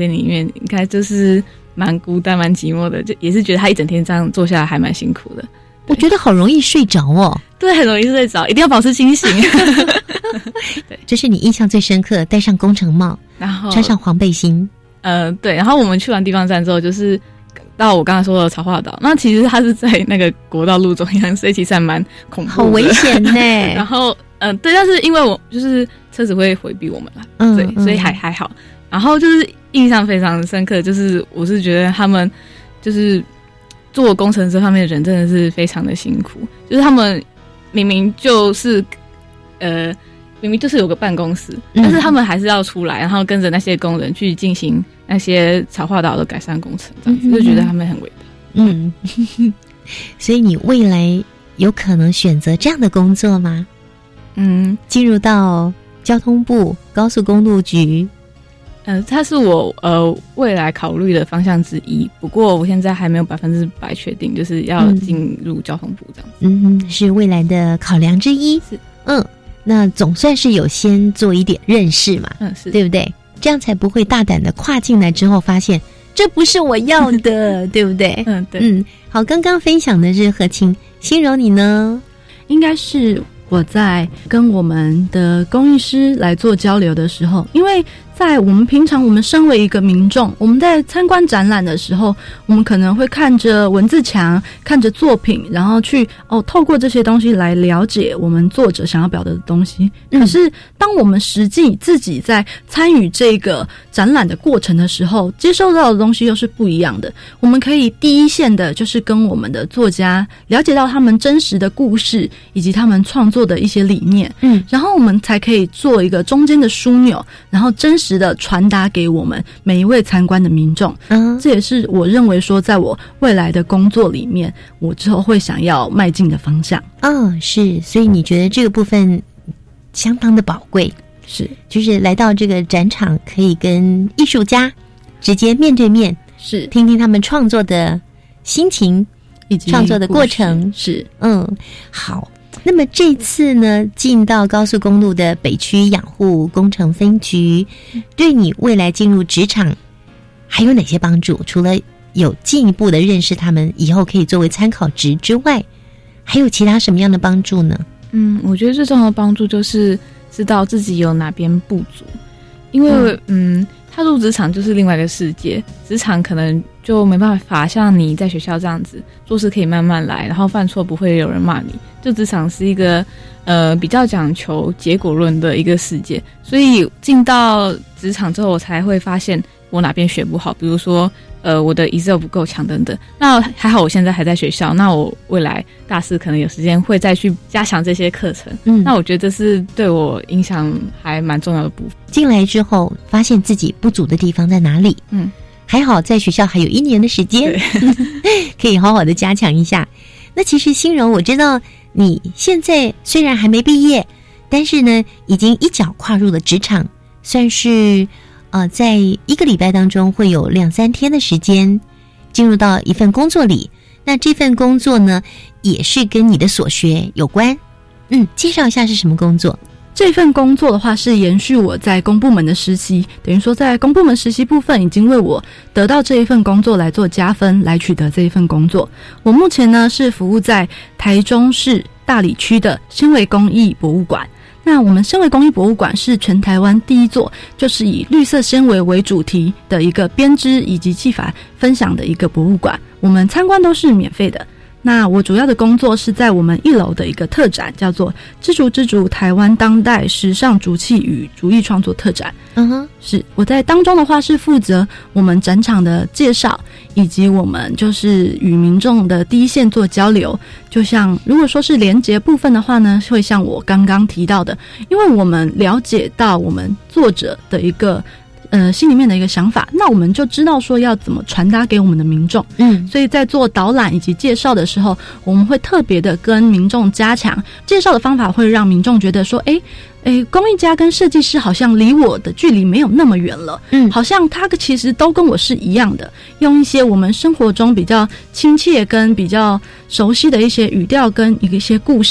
Speaker 10: 间里面，应该就是蛮孤单、蛮寂寞的，就也是觉得他一整天这样做下来还蛮辛苦的。
Speaker 1: 我觉得好容易睡着哦。
Speaker 10: 对，很容易睡着，一定要保持清醒。
Speaker 1: 对，这是你印象最深刻，戴上工程帽，
Speaker 10: 然后
Speaker 1: 穿上黄背心。
Speaker 10: 对，然后我们去完地方站之后，就是到我刚才说的草化岛，那其实它是在那个国道路中央，所以其实还蛮恐怖的，
Speaker 1: 好危险呢。
Speaker 10: 然后对，但是因为我就是车子会回避我们啦，对，所以还好。然后就是印象非常深刻，就是我是觉得他们就是做工程这方面的人真的是非常的辛苦，就是他们明明就是有个办公室，但是他们还是要出来，然后跟着那些工人去进行那些草化岛的改善工程，这样子就觉得他们很伟大。
Speaker 1: 所以你未来有可能选择这样的工作吗？进入到交通部高速公路局。
Speaker 10: 它是我未来考虑的方向之一，不过我现在还没有100%确定，就是要进入交通部这样子。
Speaker 1: 是未来的考量之一。
Speaker 10: 是，
Speaker 1: 那总算是有先做一点认识嘛，
Speaker 10: 是，
Speaker 1: 对不对？这样才不会大胆的跨进来之后发现这不是我要的，对不对？
Speaker 10: 对。
Speaker 1: 好，刚刚分享的是何晴，心柔你呢？
Speaker 9: 应该是我在跟我们的工艺师来做交流的时候，因为在我们平常，我们身为一个民众，我们在参观展览的时候，我们可能会看着文字墙，看着作品，然后去透过这些东西来了解我们作者想要表达的东西。可是当我们实际自己在参与这个展览的过程的时候，接收到的东西又是不一样的。我们可以第一线的就是跟我们的作家了解到他们真实的故事以及他们创作的一些理念，然后我们才可以做一个中间的枢纽，然后真实的传达给我们每一位参观的民众。这也是我认为说在我未来的工作里面，我之后会想要迈进的方向。
Speaker 1: 是，所以你觉得这个部分相当的宝贵，
Speaker 9: 是，
Speaker 1: 就是来到这个展场可以跟艺术家直接面对面，
Speaker 9: 是，
Speaker 1: 听听他们创作的心情以及创作的过程。
Speaker 9: 是，
Speaker 1: 好。那么这次呢，进到高速公路的北区养护工程分局，对你未来进入职场还有哪些帮助？除了有进一步的认识他们以后可以作为参考值之外，还有其他什么样的帮助呢？
Speaker 10: 我觉得最重要的帮助就是知道自己有哪边不足，因为踏入职场就是另外一个世界，职场可能就没办法像你在学校这样子做事可以慢慢来，然后犯错不会有人骂你。就职场是一个比较讲求结果论的一个世界，所以进到职场之后，我才会发现我哪边学不好，比如说我的 Excel 不够强等等。那还好我现在还在学校，那我未来大四可能有时间会再去加强这些课程。那我觉得这是对我影响还蛮重要的部分。
Speaker 1: 进来之后发现自己不足的地方在哪里，还好在学校还有1年的时间可以好好的加强一下。那其实心柔，我知道你现在虽然还没毕业，但是呢已经一脚跨入了职场，算是在1个礼拜当中会有2-3天的时间进入到一份工作里。那这份工作呢也是跟你的所学有关，介绍一下是什么工作？
Speaker 9: 这份工作的话是延续我在公部门的实习，等于说在公部门实习部分已经为我得到这一份工作来做加分，来取得这一份工作。我目前呢是服务在台中市大里区的纤维工艺博物馆。那我们纤维工艺博物馆是全台湾第一座就是以绿色纤维为主题的一个编织以及技法分享的一个博物馆，我们参观都是免费的。那我主要的工作是在我们1楼的一个特展，叫做织竹之竹台湾当代时尚竹器与竹艺创作特展。是我在当中的话是负责我们展场的介绍，以及我们就是与民众的第一线做交流。就像如果说是连结部分的话呢，会像我刚刚提到的，因为我们了解到我们作者的一个心里面的一个想法，那我们就知道说要怎么传达给我们的民众。所以在做导览以及介绍的时候，我们会特别的跟民众加强介绍的方法，会让民众觉得说工艺家跟设计师好像离我的距离没有那么远了，好像他其实都跟我是一样的，用一些我们生活中比较亲切跟比较熟悉的一些语调跟一些故事，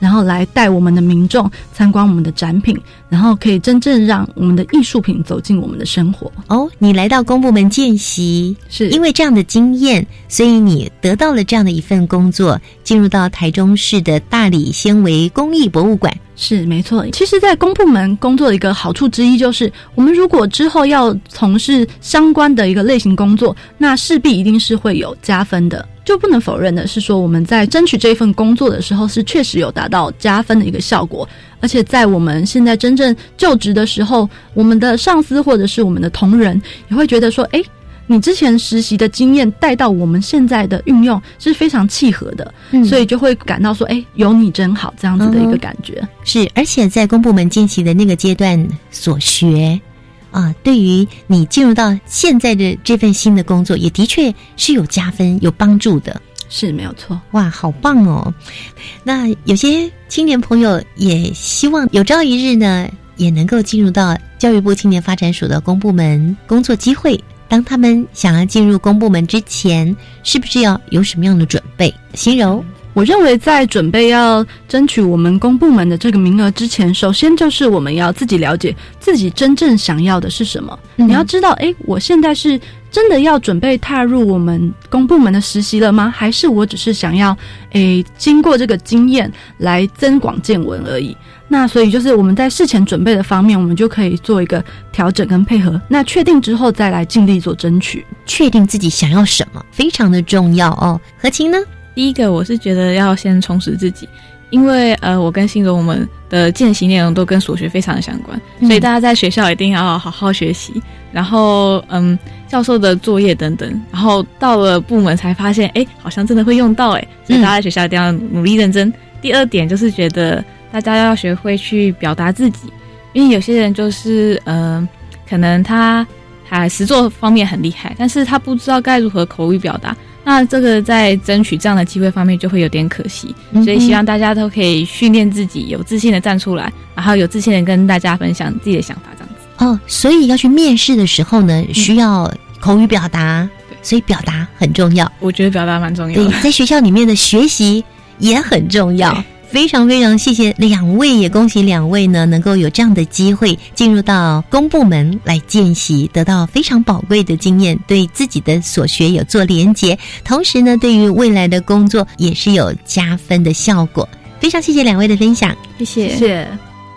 Speaker 9: 然后来带我们的民众参观我们的展品，然后可以真正让我们的艺术品走进我们的生活。
Speaker 1: 哦，你来到公部门见习，
Speaker 9: 是
Speaker 1: 因为这样的经验，所以你得到了这样的一份工作，进入到台中市的大理纤维工艺博物馆。
Speaker 9: 是没错，其实在公部门工作的一个好处之一就是我们如果之后要从事相关的一个类型工作，那势必一定是会有加分的。就不能否认的是说，我们在争取这份工作的时候是确实有达到加分的一个效果，而且在我们现在真正就职的时候，我们的上司或者是我们的同仁也会觉得说，你之前实习的经验带到我们现在的运用是非常契合的，所以就会感到说，有你真好这样子的一个感觉。
Speaker 1: 是，而且在公部门见习的那个阶段所学对于你进入到现在的这份新的工作，也的确是有加分、有帮助的。
Speaker 9: 是没有错。
Speaker 1: 哇，好棒哦！那有些青年朋友也希望有朝一日呢，也能够进入到教育部青年发展署的公部门工作机会。当他们想要进入公部门之前，是不是要有什么样的准备？心柔，
Speaker 9: 我认为在准备要争取我们公部门的这个名额之前，首先就是我们要自己了解自己真正想要的是什么。你要知道，我现在是真的要准备踏入我们公部门的实习了吗？还是我只是想要经过这个经验来增广见闻而已？那所以就是我们在事前准备的方面，我们就可以做一个调整跟配合，那确定之后再来尽力做争取。
Speaker 1: 确定自己想要什么非常的重要哦。何晴呢？
Speaker 10: 第一个我是觉得要先充实自己，因为我跟心柔我们的见习内容都跟所学非常的相关，所以大家在学校一定要好好学习，然后教授的作业等等，然后到了部门才发现好像真的会用到所以大家在学校一定要努力认真。第二点就是觉得大家要学会去表达自己，因为有些人就是可能他实作方面很厉害，但是他不知道该如何口语表达，那这个在争取这样的机会方面就会有点可惜，所以希望大家都可以训练自己，有自信的站出来，然后有自信的跟大家分享自己的想法这样子。
Speaker 1: 所以要去面试的时候呢，需要口语表达，所以表达很重要。
Speaker 10: 我觉得表达蛮重要的。
Speaker 1: 对，在学校里面的学习也很重要。非常非常谢谢两位，也恭喜两位呢能够有这样的机会进入到公部门来见习，得到非常宝贵的经验，对自己的所学有做连结，同时呢对于未来的工作也是有加分的效果。非常谢谢两位的分享，
Speaker 10: 谢谢。
Speaker 9: 谢谢。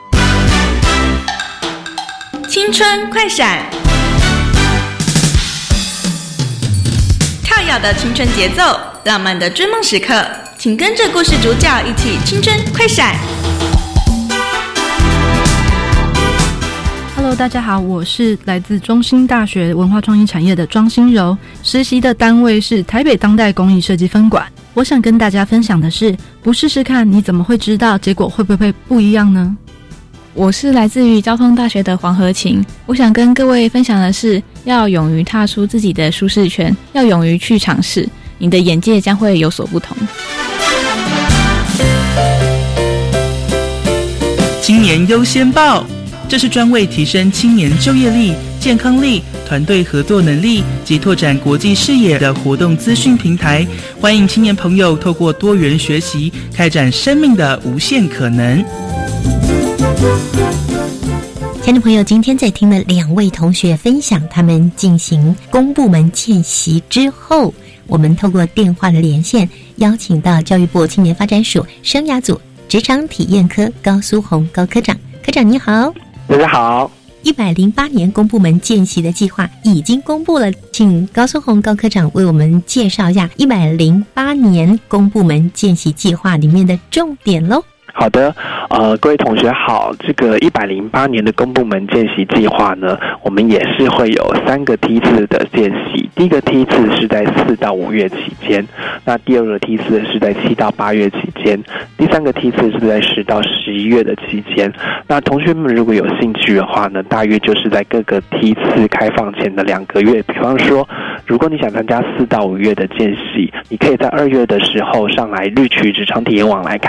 Speaker 15: 青春快闪，跳跃的青春节奏，浪漫的追梦时刻，请跟着故事主角一起青春快闪。
Speaker 9: Hello， 大家好，我是来自中兴大学文化创意产业的庄心柔，实习的单位是台北当代工艺设计分馆。我想跟大家分享的是，不试试看你怎么会知道结果会不会不一样呢？
Speaker 10: 我是来自于交通大学的黄和晴，我想跟各位分享的是，要勇于踏出自己的舒适圈，要勇于去尝试，你的眼界将会有所不同。
Speaker 14: 青年优先报，这是专为提升青年就业力、健康力、团队合作能力及拓展国际视野的活动资讯平台，欢迎青年朋友透过多元学习，开展生命的无限可能。
Speaker 1: 亲爱的朋友，今天在听了两位同学分享他们进行公部门见习之后，我们透过电话的连线，邀请到教育部青年发展署生涯组职场体验科高苏红高科长。科长你好。
Speaker 16: 大家好。
Speaker 1: 108年公部门见习的计划已经公布了，请高苏红高科长为我们介绍一下108年公部门见习计划里面的重点咯。
Speaker 16: 好的，各位同学好，这个108年的公部门见习计划呢，我们也是会有3个梯次的见习。第一个梯次是在4到5月期间，那第二个梯次是在7到8月期间，第3个梯次是在10到11月的期间。那同学们如果有兴趣的话呢，大约就是在各个梯次开放前的2个月，比方说如果你想参加4到5月的见习，你可以在2月的时候上来绿区职场体验网来看看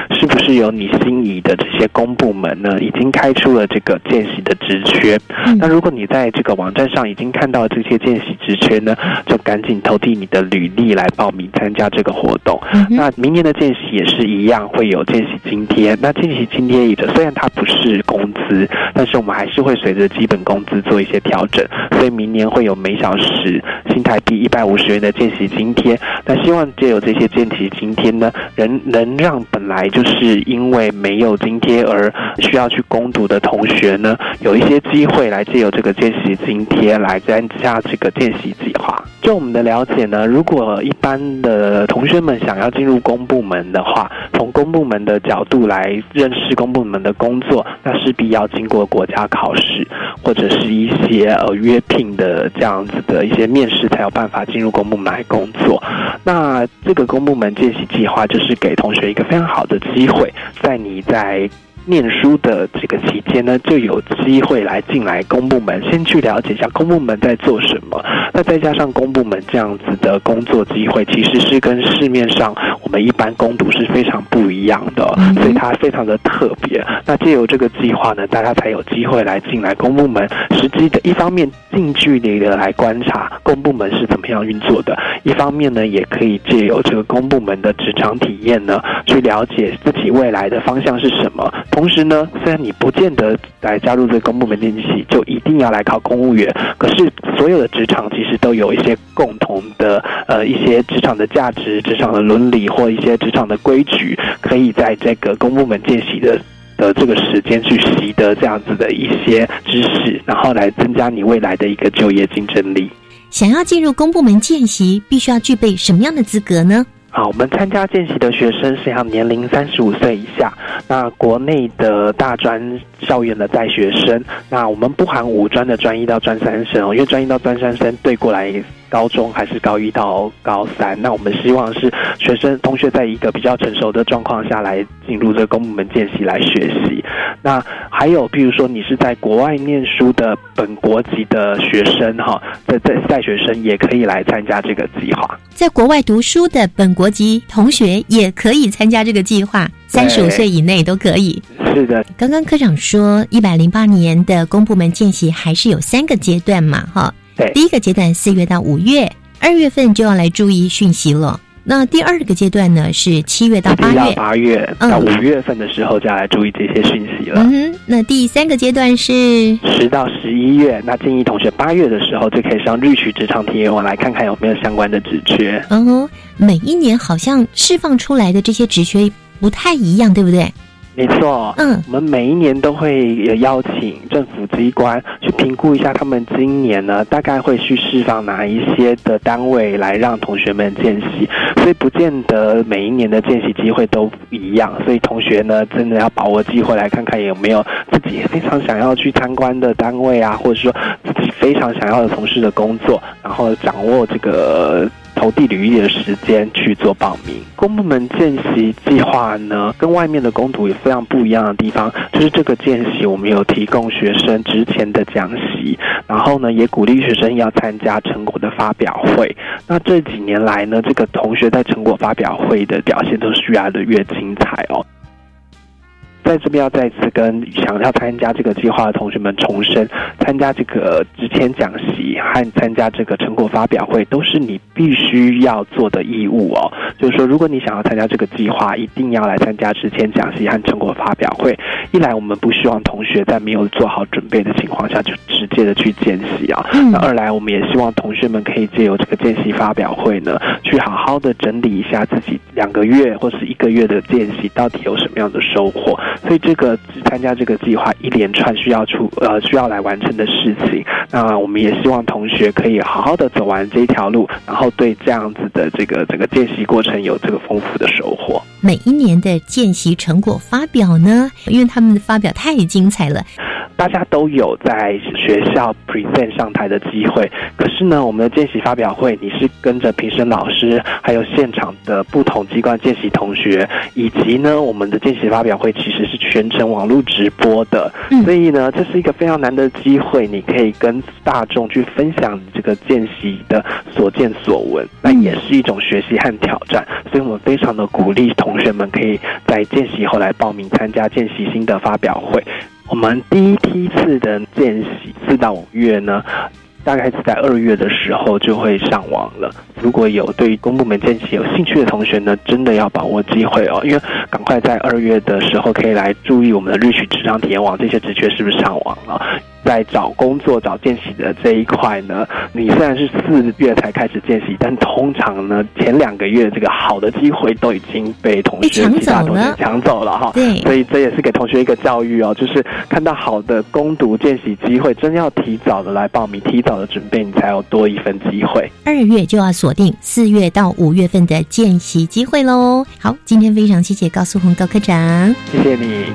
Speaker 16: 是不是有你心仪的这些公部门呢已经开出了这个见习的职缺。那如果你在这个网站上已经看到这些见习职缺呢，就赶紧投递你的履历来报名参加这个活动。那明年的见习也是一样，会有见习津贴。那见习津贴虽然它不是工资，但是我们还是会随着基本工资做一些调整，所以明年会有每小时新台币150元的见习津贴。那希望借由这些见习津贴呢，能让本来就是因为没有津贴而需要去攻读的同学呢，有一些机会来借由这个见习津贴来参加这个见习计划。就我们的了解呢，如果一般的同学们想要进入公部门的话，从公部门的角度来认识公部门的工作，那势必要经过国家考试或者是一些约聘的这样子的一些面试，才有办法进入公部门来工作。那这个公部门见习计划就是给同学一个非常好的机会，在你在念书的这个期间呢，就有机会来进来公部门，先去了解一下公部门在做什么。那再加上公部门这样子的工作机会，其实是跟市面上我们一般工读是非常不一样的，所以它非常的特别。那借由这个计划呢，大家才有机会来进来公部门，实际的一方面近距离的来观察公部门是怎么样运作的，一方面呢，也可以借由这个公部门的职场体验呢，去了解自己未来的方向是什么。同时呢，虽然你不见得来加入这个公部门见习就一定要来考公务员，可是所有的职场其实都有一些共同的一些职场的价值、职场的伦理或一些职场的规矩，可以在这个公部门见习的这个时间去习得这样子的一些知识，然后来增加你未来的一个就业竞争力。
Speaker 1: 想要进入公部门见习，必须要具备什么样的资格呢？
Speaker 16: 好，我们参加见习的学生是要年龄35岁以下，那国内的大专校院的在学生，那我们不含五专的专一到专三生因为专一到专三生对过来高中还是高一到高三，那我们希望是同学在一个比较成熟的状况下来进入这个公部门见习来学习。那还有比如说你是在国外念书的本国籍的学生在学生也可以来参加这个计划。
Speaker 1: 在国外读书的本国籍同学也可以参加这个计划，35岁以内都可以。
Speaker 16: 是的，
Speaker 1: 刚刚科长说108年的公部门见习还是有3个阶段嘛，
Speaker 16: 对，
Speaker 1: 第一个阶段4月到5月，2月份就要来注意讯息了。那第二个阶段呢是7月到8月，
Speaker 16: 到5月份的时候就要来注意这些讯息了。
Speaker 1: 那第3个阶段是
Speaker 16: 10到11月，那建议同学8月的时候就可以上绿取职场体验网来看看有没有相关的职缺。
Speaker 1: 每一年好像释放出来的这些职缺不太一样，对不对？
Speaker 16: 没错，我们每一年都会邀请政府机关去评估一下他们今年呢大概会去释放哪一些的单位来让同学们见习，所以不见得每一年的见习机会都一样，所以同学呢真的要把握机会来看看有没有自己非常想要去参观的单位啊，或者说自己非常想要从事的工作，然后掌握这个投递履历的时间去做报名。公部门见习计划呢，跟外面的公读有非常不一样的地方，就是这个见习我们有提供学生职前的讲习，然后呢也鼓励学生要参加成果的发表会。那这几年来呢，这个同学在成果发表会的表现都是越来越精彩在这边要再次跟想要参加这个计划的同学们重申，参加这个职前讲习和参加这个成果发表会都是你必须要做的义务就是说如果你想要参加这个计划，一定要来参加职前讲习和成果发表会。一来我们不希望同学在没有做好准备的情况下就直接的去见习那二来我们也希望同学们可以借由这个见习发表会呢，去好好的整理一下自己2个月或是1个月的见习到底有什么样的收获。所以这个参加这个计划一连串需要来完成的事情，那我们也希望同学可以好好的走完这一条路，然后对这样子的这个见习过程有这个丰富的收获。
Speaker 1: 每一年的见习成果发表呢，因为他们的发表太精彩了，
Speaker 16: 大家都有在学校 present 上台的机会，可是呢，我们的见习发表会，你是跟着评审老师，还有现场的不同机关见习同学，以及呢，我们的见习发表会其实是全程网络直播的，所以呢，这是一个非常难得的机会，你可以跟大众去分享这个见习的所见所闻，那也是一种学习和挑战，所以我们非常的鼓励同学们可以在见习后来报名参加见习心得发表会。我们第一梯次的见习4到5月呢，大概是在2月的时候就会上网了。如果有对于公部门见习有兴趣的同学呢，真的要把握机会哦，因为赶快在2月的时候可以来注意我们的REACH职场体验网这些职缺是不是上网了。在找工作找见习的这一块呢，你虽然是4月才开始见习，但通常呢前2个月这个好的机会都已经被同学其他同学抢走了哈。对，所以这也是给同学一个教育哦，就是看到好的攻读见习机会，真要提早的来报名，提早的准备，你才有多一份机会。
Speaker 1: 2月就要锁定4月到5月份的见习机会咯。好，今天非常谢谢高素宏高科长，
Speaker 16: 谢谢你。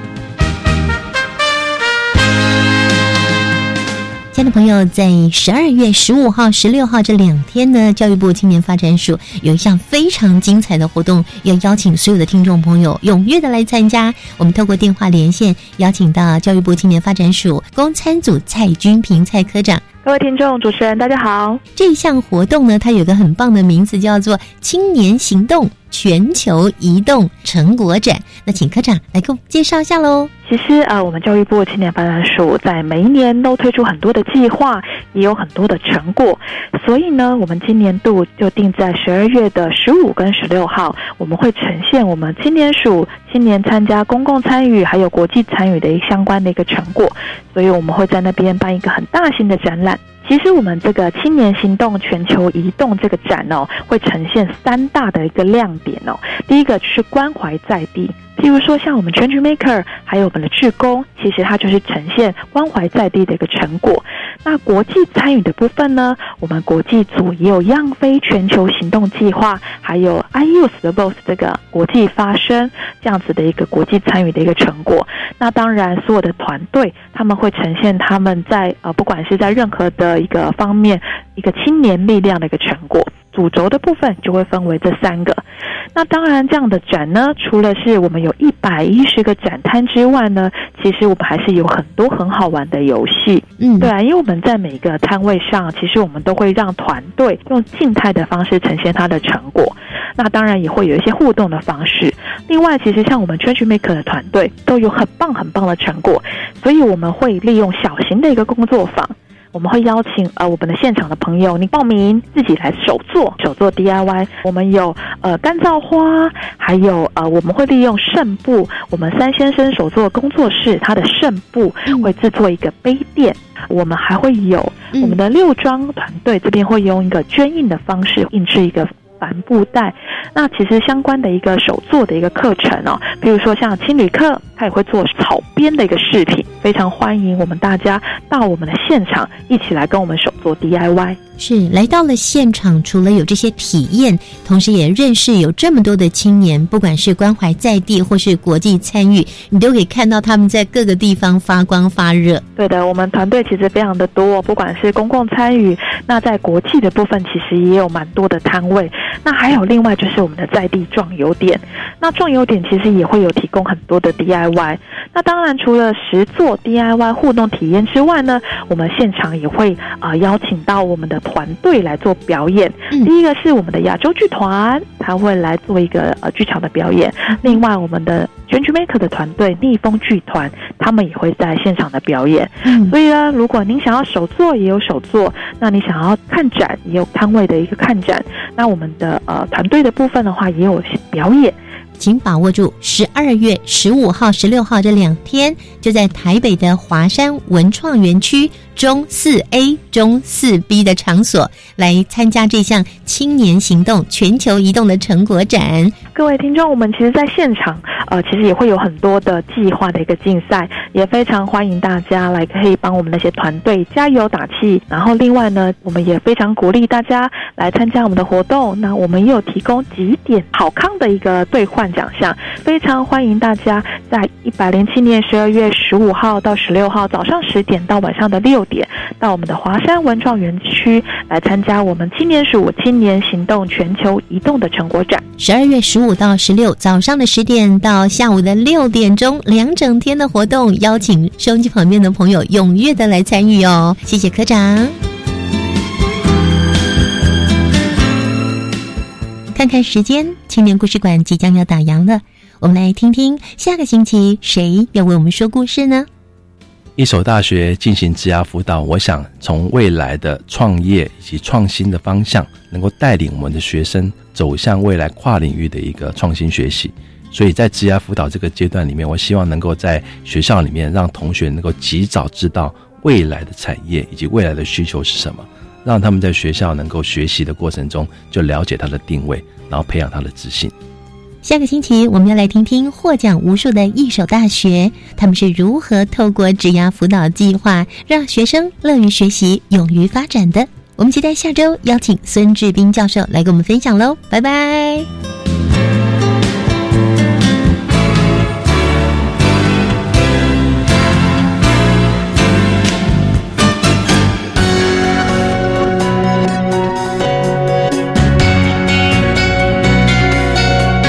Speaker 1: 亲爱的朋友，在12月15号、16号这2天呢，教育部青年发展署有一项非常精彩的活动，要邀请所有的听众朋友踊跃的来参加。我们透过电话连线，邀请到教育部青年发展署公参组蔡君平蔡科长。
Speaker 17: 各位听众主持人大家好。
Speaker 1: 这项活动呢，它有个很棒的名字，叫做青年行动全球移动成果展。那请科长来给我们介绍一下咯。
Speaker 17: 其实我们教育部青年发展署在每一年都推出很多的计划，也有很多的成果，所以呢，我们今年度就定在12月的15跟16号，我们会呈现我们青年署青年参加公共参与还有国际参与的相关的一个成果，所以我们会在那边办一个很大型的展览。其实我们这个青年行动全球移动这个展会呈现3大的一个亮点第一个就是关怀在地，譬如说像我们 Change Maker 还有我们的志工，其实它就是呈现关怀在地的一个成果。那国际参与的部分呢，我们国际组也有样飞全球行动计划，还有 IUS 的 BOSS 这个国际发声这样子的一个国际参与的一个成果。那当然所有的团队他们会呈现他们在不管是在任何的一个方面一个青年力量的一个成果。主轴的部分就会分为这3个。那当然这样的展呢，除了是我们有110个展摊之外呢，其实我们还是有很多很好玩的游戏。对啊，因为我们在每个摊位上，其实我们都会让团队用静态的方式呈现它的成果。那当然也会有一些互动的方式。另外，其实像我们 Change Maker 的团队都有很棒很棒的成果，所以我们会利用小型的一个工作坊。我们会邀请我们的现场的朋友，你报名自己来手做 DIY。我们有干燥花，还有我们会利用剩布，我们3先生手作工作室，它的剩布会制作一个杯垫。我们还会有我们的6装团队这边会用一个捐印的方式印制一个帆布袋。那其实相关的一个手作的一个课程比如说像青旅课，它也会做草编的一个饰品，非常欢迎我们大家到我们的现场一起来跟我们手做 DIY。
Speaker 1: 是来到了现场，除了有这些体验，同时也认识有这么多的青年，不管是关怀在地或是国际参与，你都可以看到他们在各个地方发光发热。
Speaker 17: 对的，我们团队其实非常的多，不管是公共参与，那在国际的部分其实也有蛮多的摊位。那还有另外就是我们的在地壮游点，那壮游点其实也会有提供很多的 DIY。那当然除了实作 DIY 互动体验之外呢，我们现场也会邀请到我们的团队来做表演。第一个是我们的亚洲剧团，他会来做一个剧场的表演。另外我们的 Change Maker 的团队逆风剧团，他们也会在现场的表演。所以呢，如果您想要手作也有手作，那你想要看展也有摊位的一个看展，那我们的团队的部分的话也有表演。
Speaker 1: 请把握住12月15号、16号这2天，就在台北的华山文创园区中4A、中4B 的场所来参加这项青年行动全球移动的成果展。
Speaker 17: 各位听众，我们其实在现场其实也会有很多的计划的一个竞赛，也非常欢迎大家来可以帮我们那些团队加油打气。然后另外呢，我们也非常鼓励大家来参加我们的活动，那我们也有提供几点好康的一个兑换奖项，非常欢迎大家在107年12月15号到16号早上10点到晚上的6点到我们的华山文创园区来参加我们青年署青年行动全球移动的成果展。
Speaker 1: 12月15到16早上的10点到下午的6点钟，2整天的活动，邀请收音机旁边的朋友踊跃的来参与哦。谢谢科长。看看时间，青年故事馆即将要打烊了，我们来听听下个星期谁要为我们说故事呢？
Speaker 18: 一所大学进行职涯辅导，我想从未来的创业以及创新的方向，能够带领我们的学生走向未来跨领域的一个创新学习。所以在职涯辅导这个阶段里面，我希望能够在学校里面让同学能够及早知道未来的产业以及未来的需求是什么，让他们在学校能够学习的过程中就了解他的定位，然后培养他的自信。
Speaker 1: 下个星期我们要来听听获奖无数的一所大学，他们是如何透过职涯辅导计划让学生乐于学习勇于发展的。我们期待下周邀请孙志斌教授来跟我们分享咯，拜拜。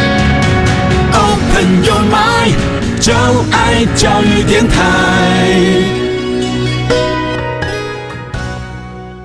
Speaker 15: 就爱教育电台。